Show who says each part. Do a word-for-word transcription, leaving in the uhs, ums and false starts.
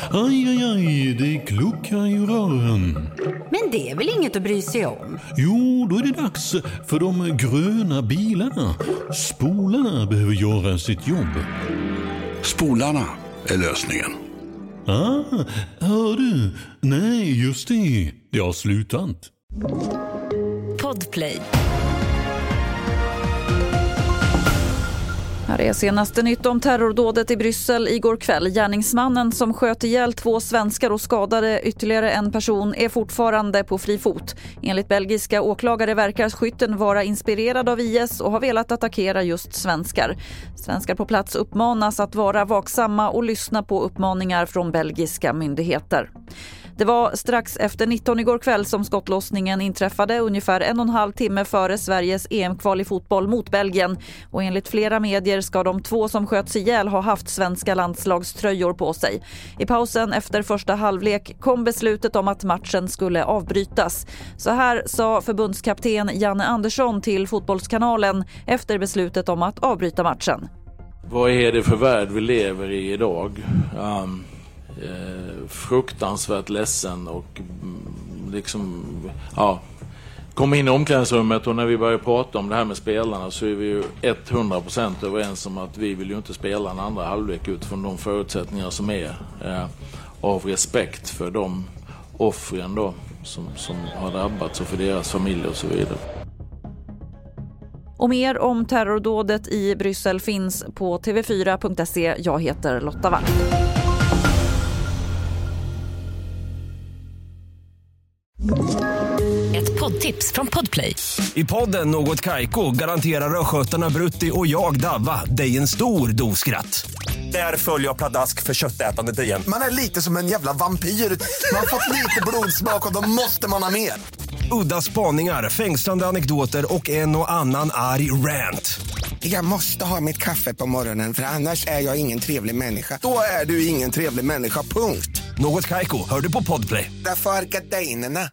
Speaker 1: Aj, aj, aj, det kluckar i rören.
Speaker 2: Men det är väl inget att bry sig om?
Speaker 1: Jo, då är det dags för de gröna bilarna. Spolarna behöver göra sitt jobb.
Speaker 3: Spolarna är lösningen.
Speaker 1: Ah, hör du? Nej, just det. Det har slutat.
Speaker 4: Podplay. Här är senaste nytt om terrordådet i Bryssel igår kväll. Gärningsmannen som sköt ihjäl två svenskar och skadade ytterligare en person är fortfarande på fri fot. Enligt belgiska åklagare verkar skytten vara inspirerad av I S och har velat attackera just svenskar. Svenskar på plats uppmanas att vara vaksamma och lyssna på uppmaningar från belgiska myndigheter. Det var strax efter nitton igår kväll som skottlossningen inträffade, ungefär en och en halv timme före Sveriges E M-kval i fotboll mot Belgien. Och enligt flera medier ska de två som sköts ihjäl ha haft svenska landslagströjor på sig. I pausen efter första halvlek kom beslutet om att matchen skulle avbrytas. Så här sa förbundskapten Janne Andersson till Fotbollskanalen efter beslutet om att avbryta matchen.
Speaker 5: Vad är det för värld vi lever i idag? Um... Eh, fruktansvärt ledsen och liksom ja, kom in i omklädningsrummet, och när vi börjar prata om det här med spelarna så är vi ju hundra procent överens om att vi vill ju inte spela en andra halvlek utifrån de förutsättningar som är eh, av respekt för de offren då som, som har drabbats och för deras familjer och så vidare.
Speaker 4: Och mer om terrordådet i Bryssel finns på t v fyra punkt se. Jag heter Lotta Wall.
Speaker 6: Ett poddtips från Podplay.
Speaker 7: I podden Något Kaiko garanterar röskötarna Brutti och jag Davva dig en stor doskratt. Där följer jag pladask för köttätandet igen.
Speaker 8: Man är lite som en jävla vampyr. Man har fått lite blodsmak och då måste man ha mer.
Speaker 7: Udda spaningar, fängslande anekdoter och en och annan arg rant.
Speaker 8: Jag måste ha mitt kaffe på morgonen för annars är jag ingen trevlig människa. Då är du ingen trevlig människa, punkt.
Speaker 7: Något Kaiko, hör du på Podplay.
Speaker 8: Därför är gardinerna.